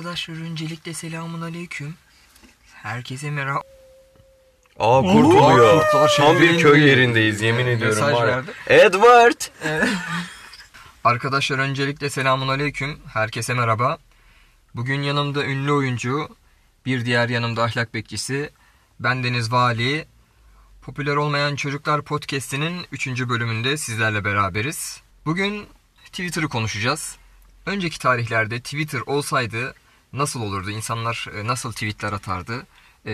Arkadaşlar öncelikle selamun aleyküm. Herkese merhaba. Kurtuluyor. Tam bir köy yerindeyiz yemin ediyorum var ya. Edward. Arkadaşlar öncelikle selamun aleyküm. Herkese merhaba. Bugün yanımda ünlü oyuncu, bir diğer yanımda ahlak bekçisi, bendeniz Vali. Popüler Olmayan Çocuklar Podcast'inin 3. bölümünde sizlerle beraberiz. Bugün Twitter'ı konuşacağız. Önceki tarihlerde Twitter olsaydı nasıl olurdu? İnsanlar nasıl tweetler atardı?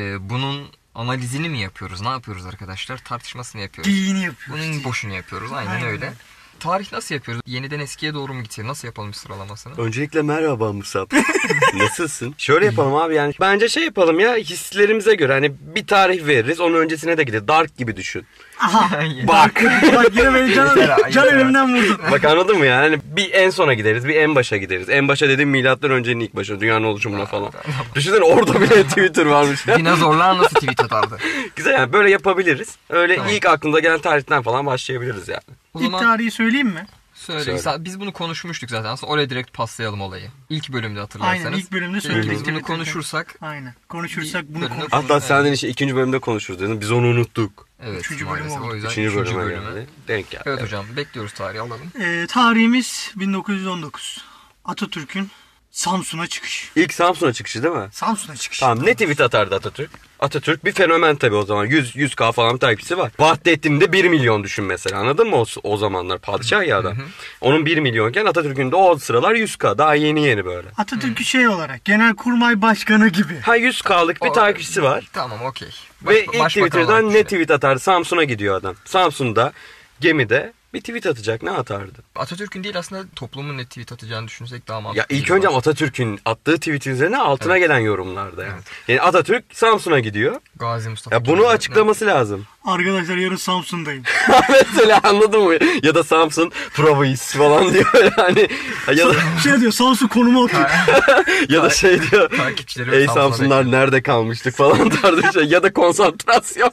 Bunun analizini mi yapıyoruz? Ne yapıyoruz arkadaşlar? Tartışmasını yapıyoruz. Giyini yapıyoruz. Bunun boşunu yapıyoruz. Aynen öyle. Tarih nasıl yapıyoruz? Yeniden eskiye doğru mu gidiyor? Nasıl yapalım sıralamasını? Öncelikle merhaba Musab. Nasılsın? Şöyle yapalım abi yani. Bence şey yapalım ya, hislerimize göre hani bir tarih veririz. Onun öncesine de gider. Dark gibi düşün. Aha. Bak. Bak yine beni can elimden vurdu. Bak anladın mı yani? Hani bir en sona gideriz, bir en başa gideriz. En başa dediğim milattan öncenin ilk başına, dünyanın oluşumuna falan. Düşünsene orada bile Twitter varmış ya. Dinozorlar nasıl tweet atardı? Güzel yani, böyle yapabiliriz. Öyle tamam. İlk aklımıza gelen tarihten falan başlayabiliriz yani. İlk tarihi söyleyeyim mi? Söyle. Biz bunu konuşmuştuk zaten. Aslında oraya direkt paslayalım olayı. İlk bölümde hatırlarsanız. Aynen, ilk bölümde söyledik. Biz bunu konuşursak. Aynen. Konuşursak bunu konuşuruz. Hatta senden işte 2. bölümde konuşuruz dedin. Biz onu unuttuk. Evet. 3. bölüm oldu. O yüzden 3. bölüme denk geldi. Evet hocam, bekliyoruz, tarihi alalım. Tarihimiz 1919. Atatürk'ün Samsun'a çıkışı. İlk Samsun'a çıkışı değil mi? Samsun'a çıkışı. Tamam, ne tweet atardı Atatürk? Atatürk bir fenomen tabii o zaman. 100K falan takipçisi var. Vahdettin'de 1 milyon düşün mesela, anladın mı o zamanlar? Padişah ya adam. Onun 1 milyonken Atatürk'ün de o sıralar 100K. Daha yeni böyle. Atatürk'ü şey olarak Genelkurmay Başkanı gibi. Ha, 100K'lık bir takipçisi var. Tamam, okey. Ve ilk Twitter'dan ne tweet atar? Samsun'a gidiyor adam. Samsun'da gemide bir tweet atacak, ne atardı? Atatürk'ün değil aslında, toplumun ne tweet atacağını düşünsek daha mantıklı. Ya ilk önce Atatürk'ün attığı tweet üzerine altına gelen yorumlarda yani. Evet. Yani Atatürk Samsun'a gidiyor. Gazi Mustafa. Ya bunu açıklaması lazım. Arkadaşlar yarın Samsun'dayım. Mesela anladın mı? Ya da Samsun Provis falan diyor yani. Ya da şey diyor, Samsun konumu atıyor. ya da şey diyor. Ey Samsunlar nerede kalmıştık falan tarzı şey. Ya da konsantrasyon.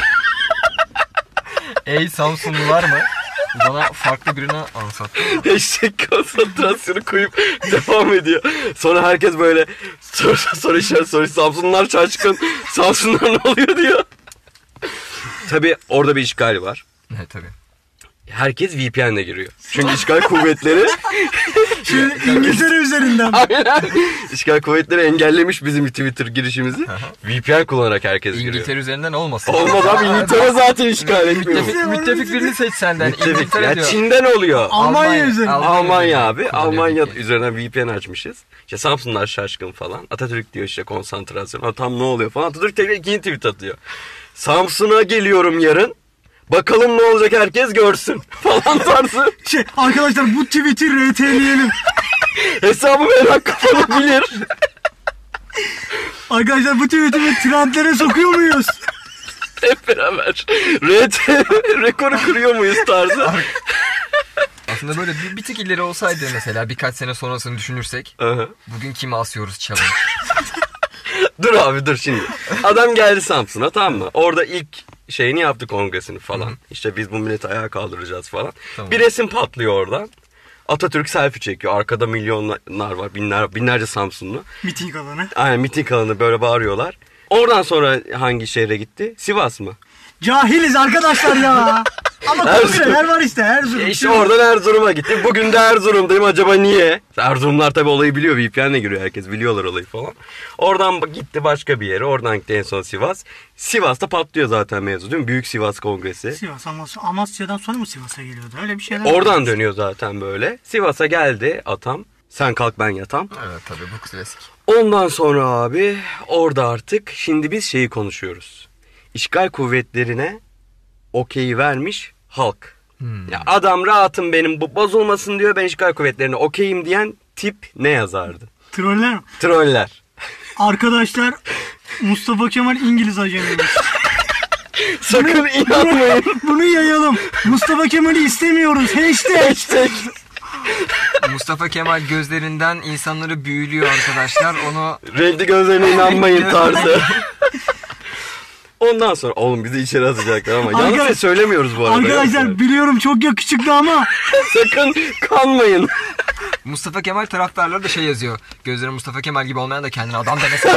Ey Samsunlular mı? Bana farklı birine ansat. Hashtag konsantrasyonu koyup devam ediyor. Sonra herkes böyle soru Samsunlular şaşkın. Samsunlular ne oluyor diyor. Tabii orada bir işgal var. Ne tabii. Herkes VPN'le giriyor. Çünkü işgal kuvvetleri İngiltere üzerinden. Aynen. İşgal kuvvetleri engellemiş bizim Twitter girişimizi. VPN kullanarak herkes giriyor. İngiltere üzerinden olmasın. Olmaz abi, İngiltere zaten işgal etmiyor. Müttefik birini seç senden. İngiltere ya diyor. Çin'den oluyor. Almanya üzerinden. Almanya abi. Almanya üzerinden VPN açmışız. İşte Samsunlar şaşkın falan. Atatürk diyor işte konsantrasyon. Tam ne oluyor falan. Atatürk tekrar ikinci tweet atıyor. Samsun'a geliyorum yarın. Bakalım ne olacak, herkes görsün falan tarzı. Arkadaşlar bu tweet'i RT'leyelim. Hesabı merak kapalı bilir. Arkadaşlar bu tweet'i trendlere sokuyor muyuz? Hep beraber. Rekoru kırıyor muyuz tarzı. Aslında böyle bir tık ileri olsaydı mesela, birkaç sene sonrasını düşünürsek. Bugün kimi asıyoruz challenge. Dur abi dur şimdi. Adam geldi Samsun'a, tamam mı? Orada ilk şeyini yaptı, kongresini falan. İşte biz bu milleti ayağa kaldıracağız falan. Tamam. Bir resim patlıyor oradan. Atatürk selfie çekiyor. Arkada milyonlar var. Binlerce Samsunlu. Miting alanı. Aynen, miting alanı, böyle bağırıyorlar. Oradan sonra hangi şehre gitti? Sivas mı? Cahiliz arkadaşlar ya. Ama kongreler var işte, Erzurum. İşte oradan Erzurum'a gitti. Bugün de Erzurum'dayım, acaba niye? Erzurumlar tabii olayı biliyor. VPN'le giriyor herkes. Biliyorlar olayı falan. Oradan gitti başka bir yere. Oradan gitti en son Sivas. Sivas'ta patlıyor zaten mevzu değil mi? Büyük Sivas Kongresi. Sivas, Amasya'dan sonra mı Sivas'a geliyordu? Öyle bir şeyler. Oradan dönüyor zaten böyle. Sivas'a geldi atam. Sen kalk ben yatam. Evet tabii, bu klasik. Ondan sonra abi orada artık şimdi biz şeyi konuşuyoruz. İşgal kuvvetlerine okeyi vermiş halk. Ya adam rahatım benim, bu bozulmasın diyor, ben işgal kuvvetlerine okeyim diyen tip ne yazardı? Troller mi? Troller. Arkadaşlar Mustafa Kemal İngiliz ajanıymış. Sakın inanmayın. Bunu yayalım. Mustafa Kemal'i istemiyoruz. Hashtag. Mustafa Kemal gözlerinden insanları büyülüyor arkadaşlar. Onu renkli gözlerine inanmayın tarzı. Ondan sonra oğlum bizi içeri atacaklar ama yalnız söylemiyoruz bu arada. Arkadaşlar biliyorum çok yakışıklı ama sakın kanmayın. Mustafa Kemal taraftarları da şey yazıyor. Gözleri Mustafa Kemal gibi olmayan da kendine adam demesin.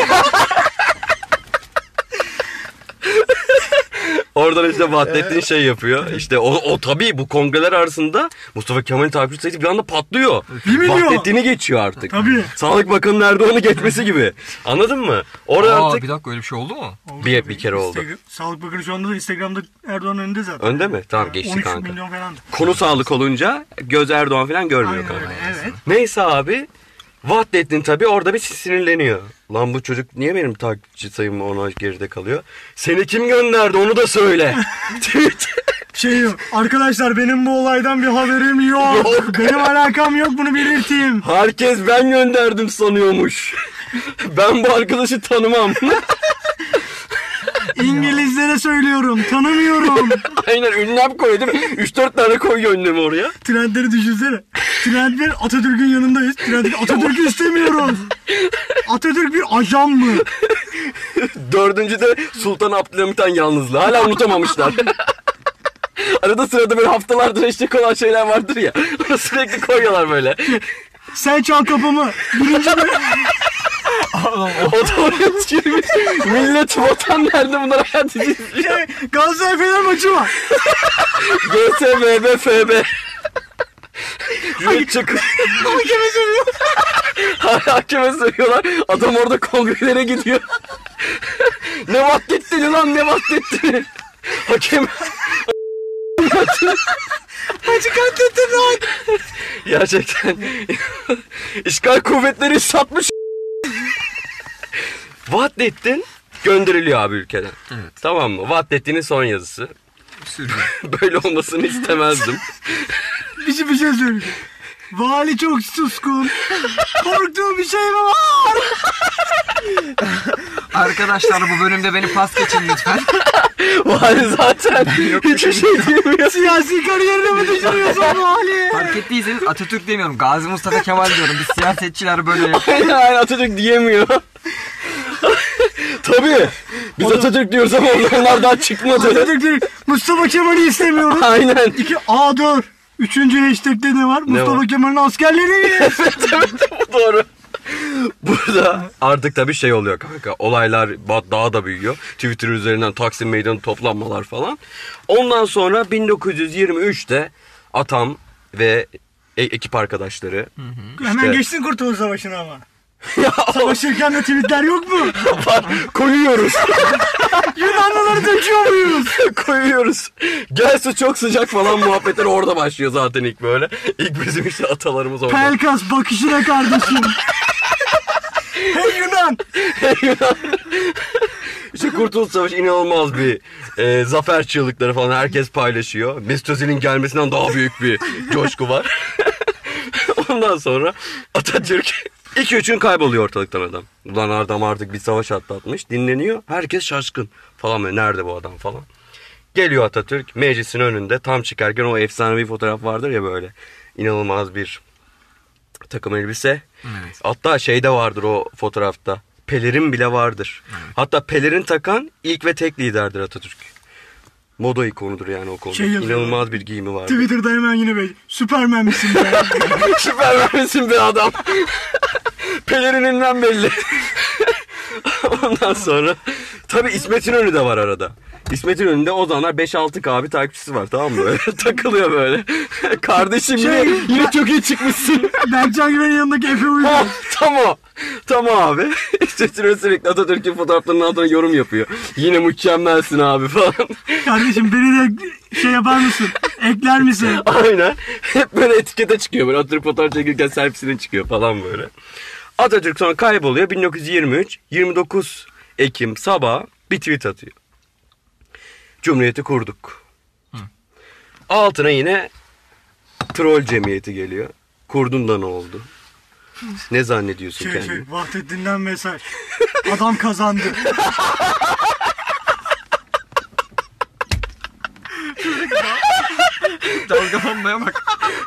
Oradan işte Vahdettin şey yapıyor. İşte o tabii bu kongreler arasında Mustafa Kemal'in takipçi sayısı bir anda patlıyor. 1 milyon. Vahdettin'i geçiyor artık. Tabii. Sağlık Bakanı'nın Erdoğan'ı geçmesi gibi. Anladın mı? Orada artık Bir dakika öyle bir şey oldu mu? bir kere oldu. Sağlık Bakanı şu anda da Instagram'da Erdoğan önünde zaten. Önde mi? Tamam geçti 13 kanka. milyon falan. Konu sağlık olunca göz Erdoğan falan görmüyor Aynen kanka. öyle, evet. Neyse abi. Vahdettin tabii orada bir sinirleniyor. Lan bu çocuk niye benim takipçi sayım ona geride kalıyor? Seni kim gönderdi onu da söyle. Şey yok. Arkadaşlar benim bu olaydan bir haberim yok. Yok. Benim alakam yok, bunu belirteyim. Herkes ben gönderdim sanıyormuş. Ben bu arkadaşı tanımam. İngilizlere söylüyorum. Tanımıyorum. Aynen ünlem koyuyor değil mi? 3-4 tane koyuyor ünlemi oraya. Trendleri düşünsene. Trendler Atatürk'ün yanındayız. Trendler Atatürk'ü istemiyoruz. Atatürk bir ajan mı? 4. de Sultan Abdülhamit Han yalnızlığı. Hala unutamamışlar. Arada sırada böyle haftalardır eşlik olan şeyler vardır ya. Onu sürekli koyuyorlar böyle. Sen çal kapımı. Birinci bölüm. O da oraya tükürmüş. Millet vatan nerede bunlar hayat izliyor. Galatasaray Fener maçı var. GSBB FB. Cüneyt Çakır. Hakeme söylüyor. Hakeme söylüyorlar. Adam orada kongrelere gidiyor. Ne Vahdettin'i lan ne Vahdettin'i. Hakem. Hacı katlettin lan. Gerçekten. İşgal kuvvetleri satmış. Vahdettin gönderiliyor abi ülkeden. Evet. Tamam mı? Vahdettin'in son yazısı. Böyle olmasını istemezdim. Bir şey söyleyeceğim. Vali çok suskun. Korktuğum bir şey mi var? Arkadaşlar bu bölümde beni pas geçin lütfen. Vali zaten hiçbir şey diyemiyor. Siyasi kariyerine mi düşünüyorsun vali? Fark ettiyseniz Atatürk demiyorum. Gazi Mustafa Kemal diyorum. Biz siyasetçiler böyle yapıyor. Aynen Atatürk diyemiyor. Tabii. Biz Atatürk diyoruz ama onlardan çıkmadı. Atatürk Mustafa Kemal'i istemiyoruz. Aynen. A4. Üçüncü hashtag'te ne var? Mustafa var? Kemal'in askerleri. Evet bu doğru. Burada artık tabii şey oluyor kanka. Olaylar daha da büyüyor. Twitter üzerinden Taksim Meydanı toplanmalar falan. Ondan sonra 1923'te Atam ve ekip arkadaşları. Hemen geçsin Kurtuluş Savaşı'na ama. Ya, Savaşırken de tweetler yok mu? var, koyuyoruz. Yunanlıları döküyor muyuz? Koyuyoruz. Gelse çok sıcak falan muhabbetler orada başlıyor zaten ilk böyle. İlk bizim işte atalarımız orada. Pelkas bakışına kardeşim. Hey Yunan. İşte Kurtuluş Savaşı inanılmaz bir zafer çığlıkları falan herkes paylaşıyor. Mesut Özil'in gelmesinden daha büyük bir coşku var. Ondan sonra Atatürk 2-3 gün kayboluyor ortalıktan adam. Ulan adam artık bir savaş atlatmış. Dinleniyor. Herkes şaşkın falan böyle. Nerede bu adam falan. Geliyor Atatürk meclisin önünde tam çıkarken o efsanevi fotoğraf vardır ya böyle. İnanılmaz bir takım elbise. Evet. Hatta şey de vardır o fotoğrafta. Pelerin bile vardır. Evet. Hatta pelerin takan ilk ve tek liderdir Atatürk. Moda ikonudur yani o konuda. İnanılmaz bir giyimi var. Twitter'da hemen yine be. Süpermen misin be? Süpermen misin be adam? Pelerininden belli. Ondan sonra tabii İsmet İnönü de var arada. İsmet İnönü'nde o zamanlar 5-6 abi takipçisi var tamam mı? Takılıyor böyle. Kardeşim yine çok iyi çıkmışsın. Berkcan Güven'in yanındaki Efe Uygar. Tamam abi. İsmet İnönü sürekli Atatürk'ün fotoğraflarının altına yorum yapıyor. Yine mükemmelsin abi falan. Kardeşim beni de şey yapar mısın? Ekler misin? Aynen. Hep böyle etikete çıkıyor. Böyle Atatürk fotoğraf çekilirken selfiesine çıkıyor falan böyle. Atatürk sonra kayboluyor. 1923 29 Ekim sabah bir tweet atıyor. Cumhuriyeti kurduk. Altına yine troll cemiyeti geliyor. Kurdun da ne oldu? Ne zannediyorsun kendini? Vahdettin'den mesaj. Adam kazandı. Dalgalanmaya bak.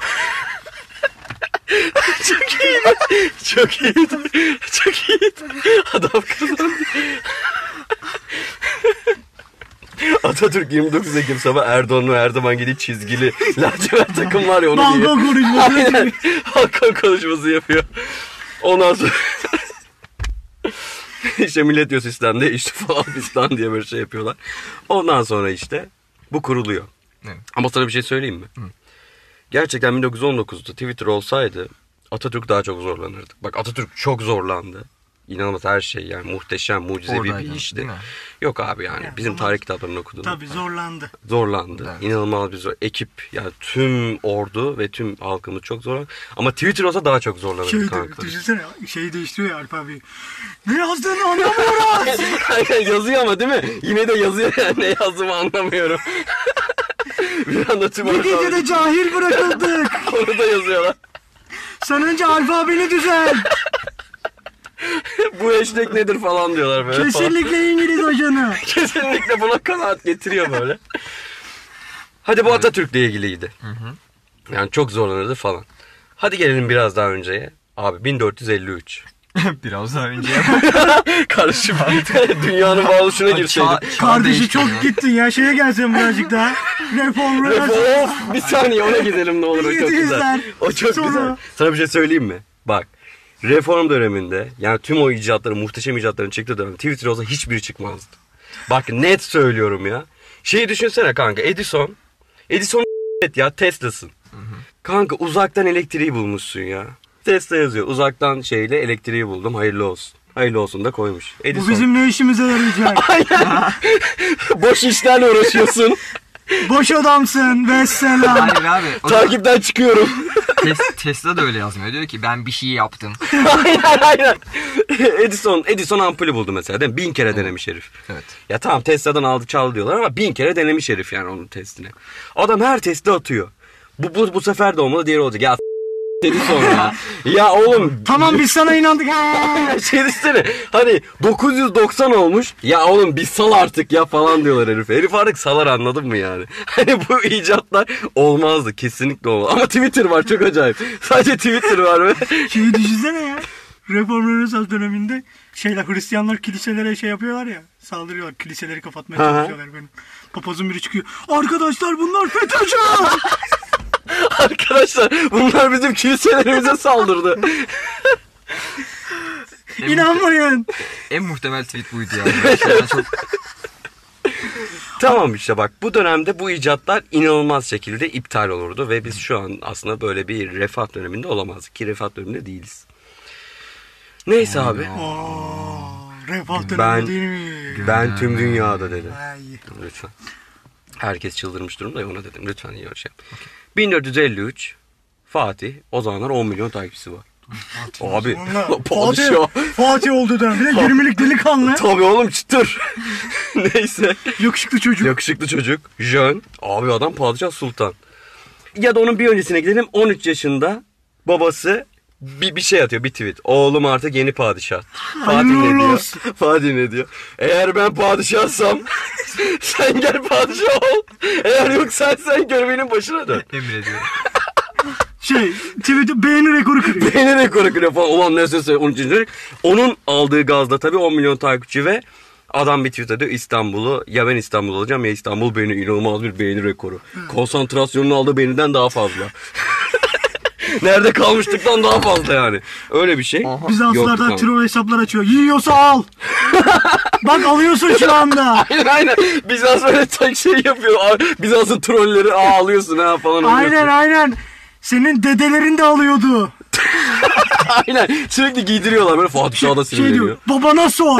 Çok iyiydi. Çok iyiydi. Çok iyiydi. Adam kazandı. Atatürk 29 Ekim sabah Erdoğan ve Erdoğan gibi çizgili lacivert takım var ya onu giyiyor. Balkon konuşması. Aynen. Balkon konuşması yapıyor. Ondan sonra işte millet diyor sistemde işte falan fistan diye böyle şey yapıyorlar. Ondan sonra işte bu kuruluyor. Evet. Ama sana bir şey söyleyeyim mi? Gerçekten 1919'da Twitter olsaydı Atatürk daha çok zorlanırdı. Bak Atatürk çok zorlandı. İnanılmaz her şey yani muhteşem, mucizevi Oradaydı, bir işti. değil mi? Yok abi yani bizim ama- tarih kitaplarını okudum. Tabii zorlandı. Zorlandı. Evet. İnanılmaz bir zor. Ekip yani tüm ordu ve tüm halkımız çok zorlandı. Ama Twitter olsa daha çok zorlanırdı Şey, kanka. düşünsene şeyi değiştiriyor ya alfabeyi. Ne yazdığını anlamıyoruz. Aynen yazıyor ama değil mi? Yine de yazıyor yani ne yazdığımı anlamıyorum. Bir anda tüm Bir gecede cahil bırakıldık. onu da yazıyorlar. Sen önce alfabeni düzel. Bu hashtag nedir falan diyorlar böyle. falan. Kesinlikle İngiliz ajanı. Kesinlikle buna kanaat getiriyor böyle. Hadi bu Atatürk'le ilgiliydi. Yani çok zorlanırdı falan. Hadi gelelim biraz daha önceye. Abi 1453. Biraz daha önce Kardeşim dünyanın varoluşuna girseydim. Kardeşi çok gittin ya. Şeye gelsen birazcık daha. Reform. Of bir saniye ona gidelim ne olur o çok güzel. 1700'ler. O çok Sonra- güzel. Sana bir şey söyleyeyim mi? Bak. Reform döneminde yani tüm o icatların muhteşem icatların çıktığı dönem Twitter olsa hiçbiri çıkmazdı. Bak net söylüyorum ya. Şeyi düşünsene kanka Edison ya Tesla'sın. Kanka uzaktan elektriği bulmuşsun ya. Tesla yazıyor uzaktan şeyle elektriği buldum hayırlı olsun. Hayırlı olsun da koymuş. Edison. Bu bizim ne işimize yarayacak? Boş işlerle uğraşıyorsun. Boş adamsın. Vesselam. Hayır abi. O da Takipten çıkıyorum. Tesla da öyle yazmıyor. Diyor ki ben bir şey yaptım. Aynen. Edison ampulü buldu mesela değil mi? 1000 kere denemiş herif. Evet. Ya tamam Tesla'dan aldı çaldı diyorlar ama 1000 kere denemiş herif yani onun testini. Adam her testi atıyor. Bu sefer de olmalı diğeri olacak. Ya dedi sonra. Ya oğlum. Tamam biz sana inandık. Şey desene hani 990 olmuş. Ya oğlum bir sal artık ya falan diyorlar herif. Herif artık salar anladın mı yani? Hani bu icatlar olmazdı kesinlikle olmaz. Ama Twitter var çok acayip. Sadece Twitter var ve Şeyi düşünsene ya. Reform Rönesans döneminde Hristiyanlar kiliselere şey yapıyorlar ya. Saldırıyorlar. Kiliseleri kapatmaya çalışıyorlar benim. Papazın biri çıkıyor. Arkadaşlar bunlar FETÖ'cü. arkadaşlar bunlar bizim kiliselerimize saldırdı. İnanmayın. En muhtemel tweet buydu ya. Gerçekten çok... Tamam işte bak bu dönemde bu icatlar inanılmaz şekilde iptal olurdu ve biz şu an aslında böyle bir refah döneminde olamazdık ki refah döneminde değiliz. Neyse abi. Refah dönemi Ben- değil mi? Ben tüm dünyada dedim. Ay. Lütfen. Herkes çıldırmış durumda ya ona dedim. Lütfen iyi şey yap. 1453 Fatih o zamanlar 10 milyon takipçisi var. Abi padişah. Fatih oldu dönem. Bir de 20'lik delikanlı. Tabii oğlum çıtır. Neyse. Yakışıklı çocuk. Yakışıklı çocuk. Jön. Abi adam padişah sultan. Ya da onun bir öncesine gidelim. 13 yaşında babası bir şey atıyor bir tweet. Oğlum artık yeni padişah. Fatih ne Hayırlı diyor? olsun. Fatih ne diyor? Eğer ben padişahsam sen gel padişah ol. Eğer yok sen görevinin başına dön. Emrediyorum. Twitter beğeni rekoru kırıyor. Beğeni rekoru kırıyor falan. Ulan ne sesi 13. çocuk. Onun aldığı gazda tabii 10 milyon takipçi ve adam bir tweet atıyor İstanbul'u. Ya ben İstanbul olacağım ya İstanbul beğeni inanılmaz bir beğeni rekoru. Konsantrasyonunu aldığı beğeniden daha fazla. Nerede kalmıştıktan daha fazla yani. Öyle bir şey. Bizanslılardan Yoktu troll hesaplar açıyor. Yiyorsa al. Bak alıyorsun şu anda. Aynen. Bizans böyle tek şey yapıyor. Bizans'ın trolleri alıyorsun ha falan. Aynen. Senin dedelerin de alıyordu. Aynen. Sürekli giydiriyorlar böyle Fatih Şah'da Şey diyor. sinirleniyor. Babana sor.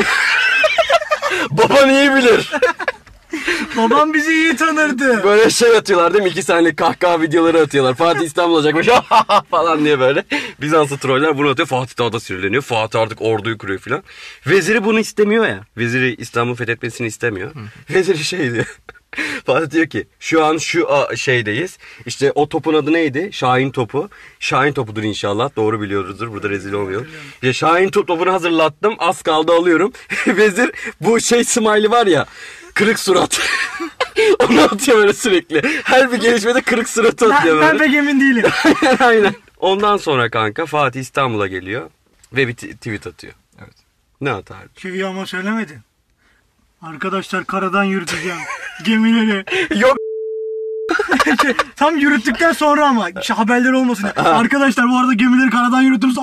Baban iyi bilir. Babam bizi iyi tanırdı. Böyle şey atıyorlar değil mi? 2 saniyelik kahkaha videoları atıyorlar. Fatih İstanbul olacakmış falan diye böyle. Bizanslı troller bunu atıyor. Fatih daha da sinirleniyor. Fatih artık orduyu kuruyor falan. Veziri bunu istemiyor ya. Veziri İstanbul fethetmesini istemiyor. Veziri şey diyor. Fatih diyor ki şu an şu şeydeyiz. İşte o topun adı neydi? Şahin topu. Şahin topudur inşallah. Doğru biliyoruzdur. Burada rezil olmuyor. İşte Şahin topunu hazırlattım. Az kaldı alıyorum. Vezir bu smiley var ya. Kırık surat. Onu atıyor böyle sürekli. Her bir gelişmede kırık suratı atıyor böyle. Ben pek emin değilim. Aynen. Ondan sonra kanka Fatih İstanbul'a geliyor. Ve bir tweet atıyor. Evet. Ne atardı? Şeyi ama söylemedin. Arkadaşlar karadan yürüteceğim. Gemileri. Yok. Tam yürüttükten sonra ama haberler olmasın. Arkadaşlar bu arada gemileri karadan yürüttünüz.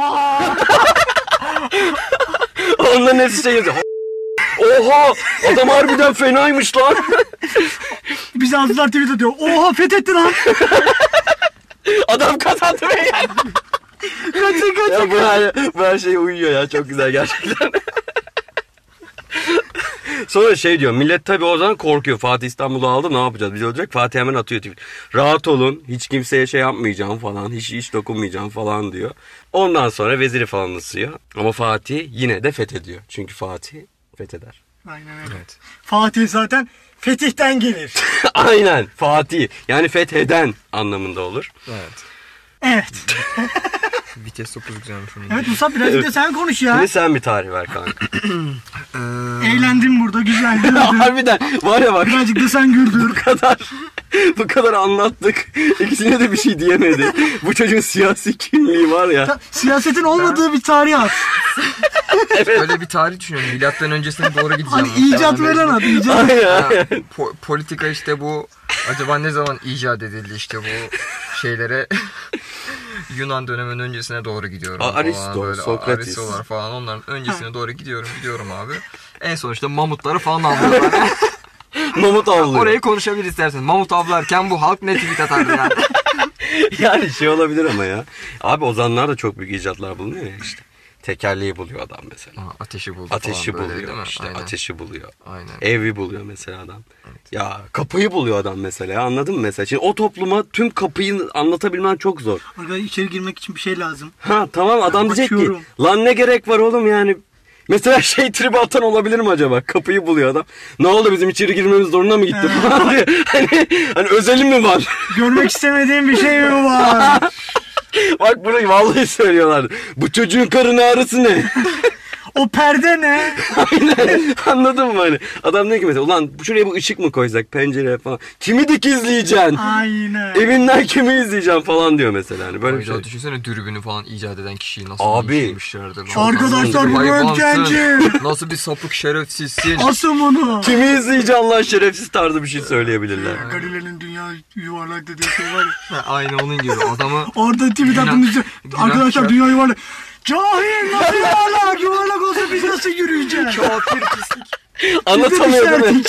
Onların hepsi şey yazıyor. Oha! Adam harbiden fenaymış lan. Bizi azlar tweet atıyor. Oha fethetti lan. Adam kazandı beyler. Kaçın. Ya bu her şeye uyuyor ya. Çok güzel gerçekten. Sonra şey diyor. Millet tabii o zaman korkuyor. Fatih İstanbul'u aldı, ne yapacağız? Biz olacak. Fatih hemen atıyor tweet. Rahat olun. Hiç kimseye şey yapmayacağım falan. Hiç dokunmayacağım falan diyor. Ondan sonra veziri falan ısıyor. Ama Fatih yine de fethediyor. Çünkü Fatih fetheder. Aynen öyle. Evet. Fatih zaten fetihten gelir. Aynen. Fatih. Yani fetheden anlamında olur. Evet. Evet. Vites 9 güzelmiş onun. Evet Musab birazcık da sen konuş ya. Şimdi sen bir tarih ver kanka. Eğlendim burada güzel güldüm. Harbiden var ya bak. Birazcık da sen güldür. Bu kadar anlattık. İkisine de bir şey diyemedi. Bu çocuğun siyasi kimliği var ya. Siyasetin olmadığı bir tarih at. Böyle bir tarih düşünüyorum. Milattan öncesine doğru gideceğim. Hani icat veren at. İcat. Aynen. Politika işte bu. Acaba ne zaman icat edildi işte bu şeylere. Yunan döneminin öncesine doğru gidiyorum. Aristo, falan, böyle Sokrates. Aristolar falan onların öncesine doğru gidiyorum abi. En son işte mamutları falan avlıyorlar. Mamut avlıyor. Orayı konuşabilir istersen. Mamut avlarken bu halk ne tweet atardı yani. Yani şey olabilir ama ya. Abi Ozanlar da çok büyük icatlar bulunuyor ya işte. Tekerleği buluyor adam mesela. Ateşi buldu Ateşi falan böyle, değil buluyor mi? işte. Aynen. Ateşi buluyor. Aynen. Evi buluyor mesela adam. Ya kapıyı buluyor adam mesela. Anladın mı mesela? Şimdi o topluma tüm kapıyı anlatabilmen çok zor. Arkadaşlar içeri girmek için bir şey lazım. Ha tamam, adam diyecek ki Açıyorum. lan ne gerek var oğlum yani. Mesela şey tribi atan olabilir mi acaba? Kapıyı buluyor adam. Ne oldu, bizim içeri girmemiz zoruna mı gitti falan diyor. Hani özelim mi var? Görmek istemediğim bir şey mi var? Bak burayı vallahi söylüyorlar. Bu çocuğun karın ağrısı ne? O perde ne? Aynen. Anladın mı hani? Adam diyor ki mesela ulan şuraya bu ışık mı koysak, pencere falan. Kimi dikizleyeceksin? Aynen. Evinden kimi izleyeceksin falan diyor mesela. Hani böyle bir Acaba şey. düşünsene dürbünü falan icat eden kişiyi nasıl Abi. işlemişlerdir. Arkadaşlar bu röntgenci. Nasıl bir sapık şerefsizsin. Asın bunu. Kimi izleyeceksin lan şerefsiz tarzı bir şey söyleyebilirler. Galile'nin dünya yuvarlak dediği şey var ya. Aynı onun gibi adamı Orada tweet attığımızda arkadaşlar dünya yuvarlak. Cahil nasıl yuvarlak? Yuvarlak olsa biz nasıl yürüyeceğiz? kafir pislik. Anlatamıyor değil mi?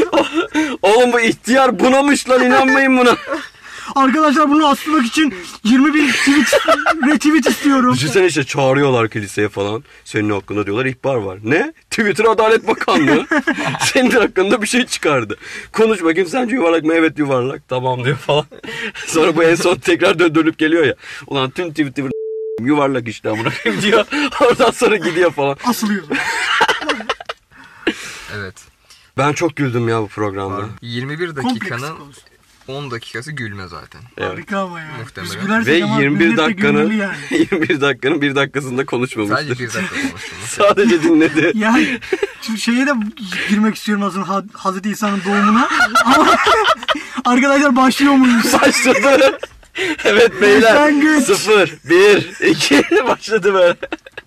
Oğlum bu ihtiyar bunamış lan, inanmayın buna. Arkadaşlar bunu asmak için 20.000 retweet istiyorum. Düşünsene işte çağırıyorlar kiliseye falan. Senin hakkında diyorlar ihbar var. Ne? Twitter Adalet Bakanlığı. Senin hakkında bir şey çıkardı. Konuş bakayım, sence yuvarlak mı? Evet yuvarlak. Tamam diyor falan. Sonra bu en son tekrar dönüp geliyor ya. Ulan tüm Twitter yuvarlak işte amına koyayım diyor. Oradan sonra gidiyor falan. Asılıyor. Evet. Ben çok güldüm ya bu programda. 21 Kompleks dakikanın konusu. 10 dakikası gülme zaten. Evet. Harika ama ya. Muhtemelen. Biz gülersek Ve ama 21 millet de dakikanın gülmeli yani. 21 dakikanın 1 dakikasında konuşmamıştır. Sadece 1 dakika konuştum. Sadece dinledi. Yani şu şeye de girmek istiyorum aslında Hazreti İsa'nın doğumuna. Ama arkadaşlar başlıyor muyuz? Başladı. Evet beyler. Başlangıç. 0, 1, 2 başladı böyle.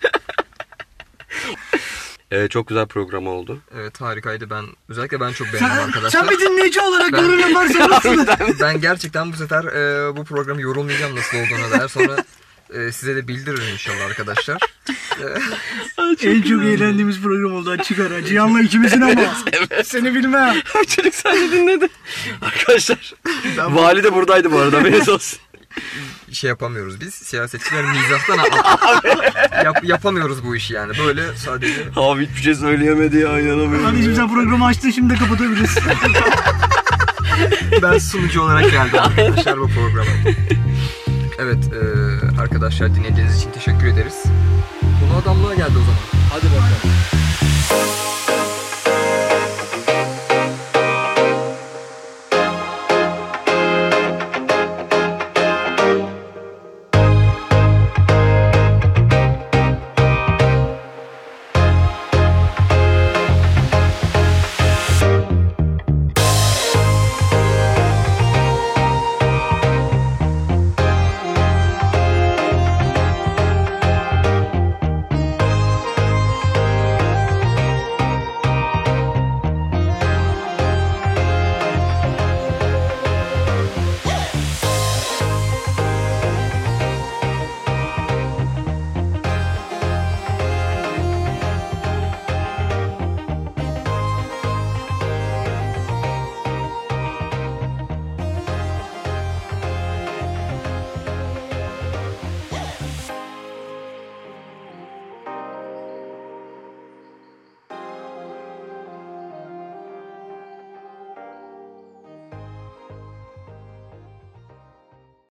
Çok güzel program oldu. Evet harikaydı, özellikle ben çok beğendim Sen arkadaşlar. bir dinleyici olarak Ben- yorum yaparsan nasıl? Ben gerçekten bu sefer bu programı yorumlayacağım nasıl olduğuna dair, sonra size de bildiririm inşallah arkadaşlar. En çok eğlendiğimiz program oldu, açık ara. Cihan'la ikimizin ama. Seni bilmem. Çocuk sadece dinledi. Arkadaşlar vali de buradaydı bu arada, beni olsun. Şey yapamıyoruz biz siyasetçiler mizahtan yapamıyoruz bu işi yani, böyle sadece. Abi hiçbir şey söyleyemedi ya, inanamıyorum. Kardeşim sen programı açtın, şimdi de kapatabilirsin. Ben sunucu olarak geldim arkadaşlar bu programa. Evet arkadaşlar dinlediğiniz için teşekkür ederiz. Konu adamlığa geldi o zaman. Hadi bakalım.